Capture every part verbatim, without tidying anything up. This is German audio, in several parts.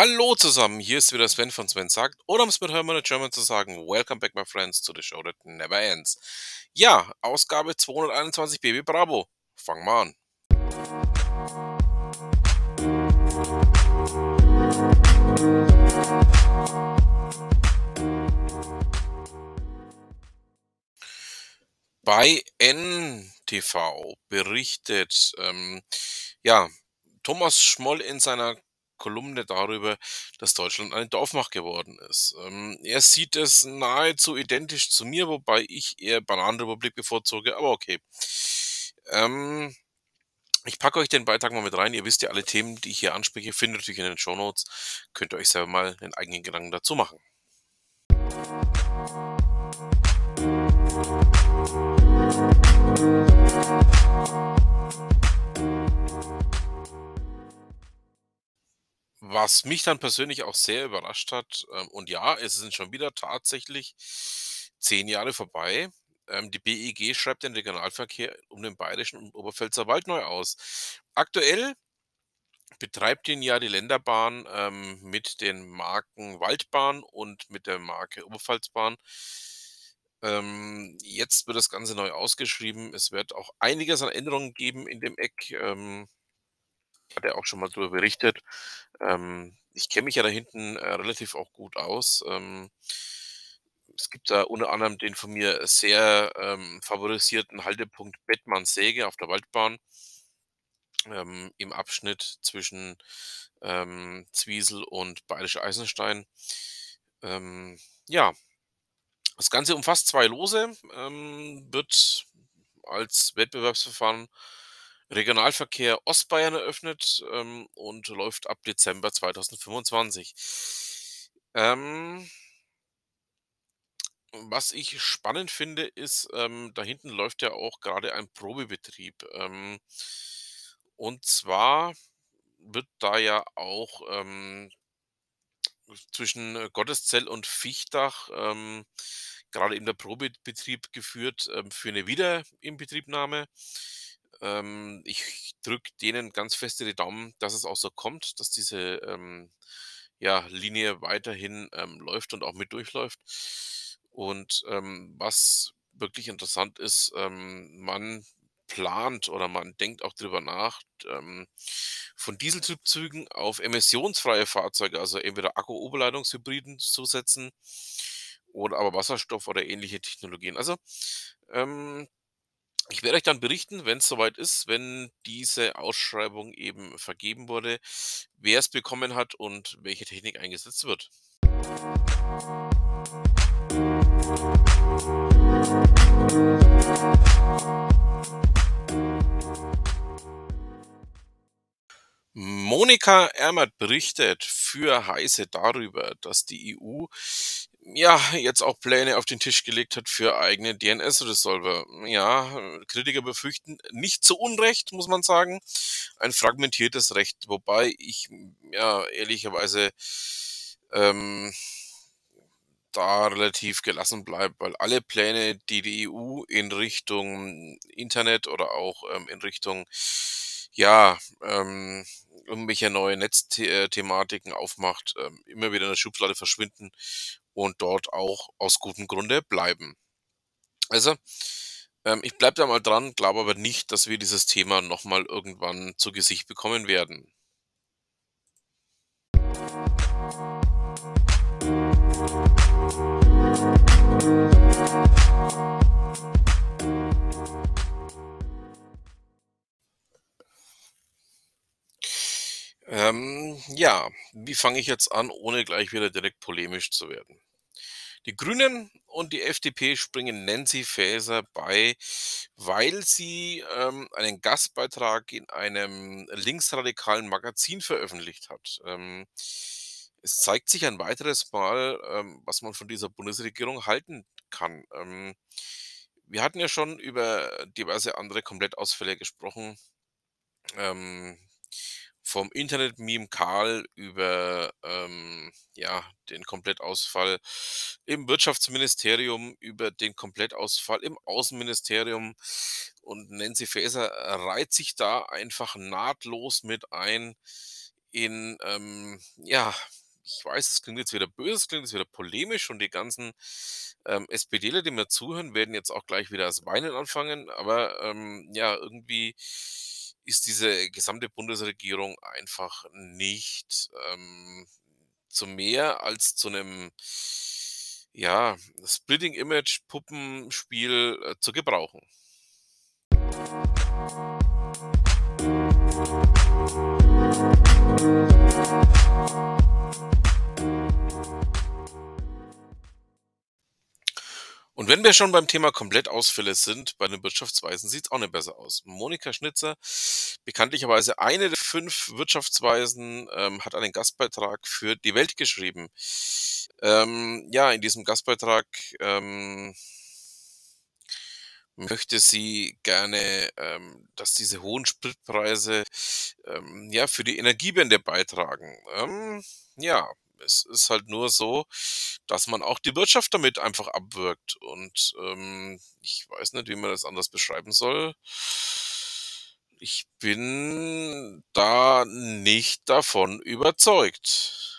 Hallo zusammen, hier ist wieder Sven von Sven sagt, oder um es mit Hermann German zu sagen, Welcome back my friends to the show that never ends. Ja, Ausgabe zweihunderteinundzwanzig Baby Bravo. Fangen wir an. Bei N T V berichtet ähm, ja, Thomas Schmoll in seiner Kolumne darüber, dass Deutschland eine Dorfmacht geworden ist. Ähm, er sieht es nahezu identisch zu mir, wobei ich eher Bananenrepublik bevorzuge, aber okay. Ähm, ich packe euch den Beitrag mal mit rein. Ihr wisst ja, alle Themen, die ich hier anspreche, findet ihr natürlich in den Shownotes. Könnt ihr euch selber mal einen eigenen Gedanken dazu machen. Was mich dann persönlich auch sehr überrascht hat, ähm, und ja, es sind schon wieder tatsächlich zehn Jahre vorbei. Ähm, die B E G schreibt den Regionalverkehr um den Bayerischen und Oberpfälzer Wald neu aus. Aktuell betreibt ihn ja die Länderbahn ähm, mit den Marken Waldbahn und mit der Marke Oberpfalzbahn. Ähm, jetzt wird das Ganze neu ausgeschrieben. Es wird auch einiges an Änderungen geben in dem Eck. Ähm, hat er auch schon mal darüber berichtet. Ähm, ich kenne mich ja da hinten äh, relativ auch gut aus. Ähm, es gibt da unter anderem den von mir sehr ähm, favorisierten Haltepunkt Bettmann-Säge auf der Waldbahn ähm, im Abschnitt zwischen ähm, Zwiesel und Bayerischer Eisenstein. Ähm, ja, das Ganze umfasst zwei Lose, ähm, wird als Wettbewerbsverfahren Regionalverkehr Ostbayern eröffnet ähm, und läuft ab Dezember zweitausendfünfundzwanzig. Ähm, was ich spannend finde, ist, ähm, da hinten läuft ja auch gerade ein Probebetrieb. Ähm, und zwar wird da ja auch ähm, zwischen äh, Gotteszell und Vichtach ähm, gerade eben der Probebetrieb geführt ähm, für eine Wiederinbetriebnahme. Ähm, ich drücke denen ganz feste die Daumen, dass es auch so kommt, dass diese ähm, ja, Linie weiterhin ähm, läuft und auch mit durchläuft. Und ähm, was wirklich interessant ist, ähm, man plant oder man denkt auch drüber nach, ähm, von Dieseltriebzügen auf emissionsfreie Fahrzeuge, also entweder Akku-Oberleitungshybriden zu setzen oder aber Wasserstoff oder ähnliche Technologien. Also, ähm, ich werde euch dann berichten, wenn es soweit ist, wenn diese Ausschreibung eben vergeben wurde, wer es bekommen hat und welche Technik eingesetzt wird. Monika Ermert berichtet für Heise darüber, dass die E U ja jetzt auch Pläne auf den Tisch gelegt hat für eigene D N S-Resolver. Ja, Kritiker befürchten nicht zu Unrecht, muss man sagen, ein fragmentiertes Recht, wobei ich ja ehrlicherweise ähm, da relativ gelassen bleibe, weil alle Pläne, die die E U in Richtung Internet oder auch ähm, in Richtung ja, ähm, irgendwelche neue Netzthematiken aufmacht, ähm, immer wieder in der Schublade verschwinden und dort auch aus gutem Grunde bleiben. Also, ähm, ich bleibe da mal dran, glaube aber nicht, dass wir dieses Thema noch mal irgendwann zu Gesicht bekommen werden. Ähm, ja, wie fange ich jetzt an, ohne gleich wieder direkt polemisch zu werden? Die Grünen und die F D P springen Nancy Faeser bei, weil sie ähm, einen Gastbeitrag in einem linksradikalen Magazin veröffentlicht hat. Ähm, es zeigt sich ein weiteres Mal, ähm, was man von dieser Bundesregierung halten kann. Ähm, wir hatten ja schon über diverse andere Komplettausfälle gesprochen. Ähm, vom Internet-Meme Karl über ähm, ja, den Komplettausfall im Wirtschaftsministerium, über den Komplettausfall im Außenministerium. Und Nancy Faeser reiht sich da einfach nahtlos mit ein in, ähm, ja, ich weiß, es klingt jetzt wieder böse, es klingt jetzt wieder polemisch und die ganzen, ähm, SPDler, die mir zuhören, werden jetzt auch gleich wieder das Weinen anfangen, aber, ähm, ja, irgendwie ist diese gesamte Bundesregierung einfach nicht, ähm, zu mehr als zu einem, ja, Splitting Image Puppenspiel, äh, zu gebrauchen. Und wenn wir schon beim Thema Komplettausfälle sind, bei den Wirtschaftsweisen sieht's auch nicht besser aus. Monika Schnitzer, bekanntlicherweise eine der fünf Wirtschaftsweisen, ähm, hat einen Gastbeitrag für die Welt geschrieben. Ähm, ja, in diesem Gastbeitrag, ähm möchte sie gerne, ähm, dass diese hohen Spritpreise, ähm, ja, für die Energiewende beitragen. Ähm, ja, es ist halt nur so, dass man auch die Wirtschaft damit einfach abwürgt und, ähm, ich weiß nicht, wie man das anders beschreiben soll. Ich bin da nicht davon überzeugt.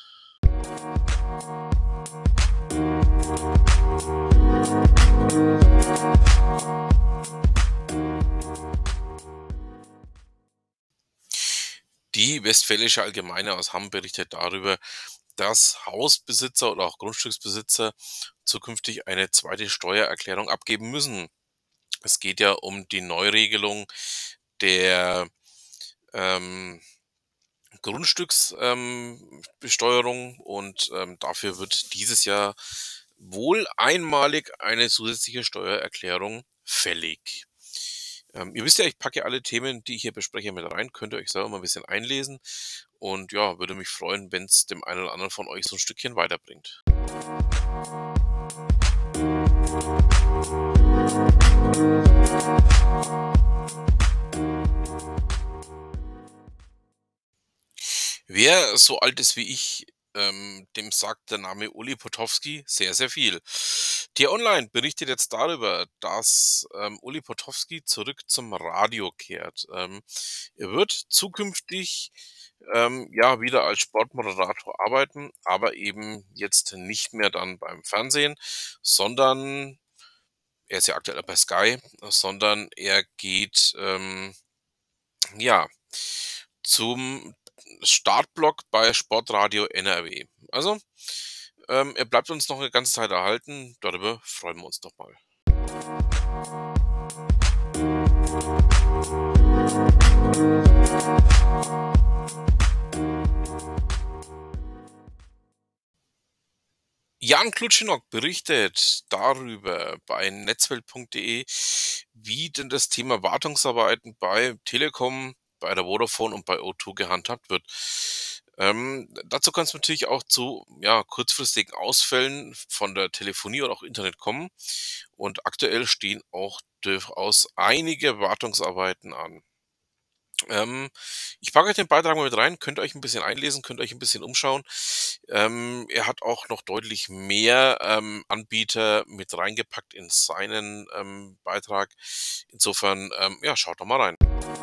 Die Westfälische Allgemeine aus Hamm berichtet darüber, dass Hausbesitzer oder auch Grundstücksbesitzer zukünftig eine zweite Steuererklärung abgeben müssen. Es geht ja um die Neuregelung der, ähm, Grundstücksbesteuerung ähm, Besteuerung und, ähm, dafür wird dieses Jahr wohl einmalig eine zusätzliche Steuererklärung fällig. Ähm, ihr wisst ja, ich packe alle Themen, die ich hier bespreche, mit rein. Könnt ihr euch selber mal ein bisschen einlesen und ja, würde mich freuen, wenn es dem einen oder anderen von euch so ein Stückchen weiterbringt. Wer so alt ist wie ich, ähm, dem sagt der Name Uli Potofski sehr, sehr viel. T-Online berichtet jetzt darüber, dass, ähm, Uli Potofski zurück zum Radio kehrt. Ähm, er wird zukünftig, ähm, ja, wieder als Sportmoderator arbeiten, aber eben jetzt nicht mehr dann beim Fernsehen, sondern er ist ja aktuell bei Sky, sondern er geht, ähm, ja, zum Startblock bei Sportradio N R W. Also, ähm, er bleibt uns noch eine ganze Zeit erhalten. Darüber freuen wir uns doch mal. Jan Klutschenok berichtet darüber bei netzwelt punkt de, wie denn das Thema Wartungsarbeiten bei Telekom, bei der Vodafone und bei O zwei gehandhabt wird. Ähm, dazu kann es natürlich auch zu, ja, kurzfristigen Ausfällen von der Telefonie oder auch Internet kommen und aktuell stehen auch durchaus einige Wartungsarbeiten an. Ähm, ich packe euch den Beitrag mal mit rein, könnt ihr euch ein bisschen einlesen, könnt euch ein bisschen umschauen. Ähm, er hat auch noch deutlich mehr, ähm, Anbieter mit reingepackt in seinen, ähm, Beitrag. Insofern, ähm, ja, schaut doch mal rein.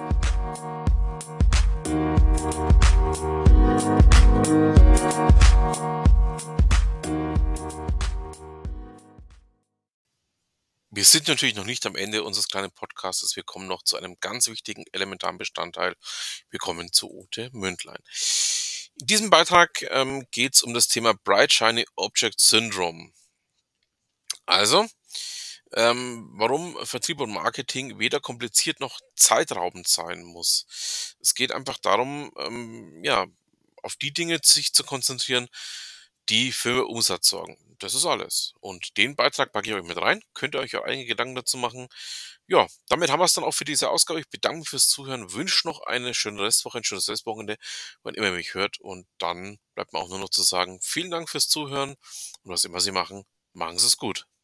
Wir sind natürlich noch nicht am Ende unseres kleinen Podcastes. Wir kommen noch zu einem ganz wichtigen elementaren Bestandteil. Wir kommen zu Ute Mündlein. In diesem Beitrag, ähm, geht es um das Thema Bright Shiny Object Syndrome. Also, ähm, warum Vertrieb und Marketing weder kompliziert noch zeitraubend sein muss. Es geht einfach darum, ähm, ja, auf die Dinge sich zu konzentrieren, die für Umsatz sorgen. Das ist alles. Und den Beitrag packe ich euch mit rein. Könnt ihr euch auch einige Gedanken dazu machen. Ja, damit haben wir es dann auch für diese Ausgabe. Ich bedanke mich fürs Zuhören, wünsche noch eine schöne Restwoche, ein schönes Restwochenende, wann immer ihr mich hört. Und dann bleibt mir auch nur noch zu sagen, vielen Dank fürs Zuhören und was immer Sie machen, machen Sie es gut.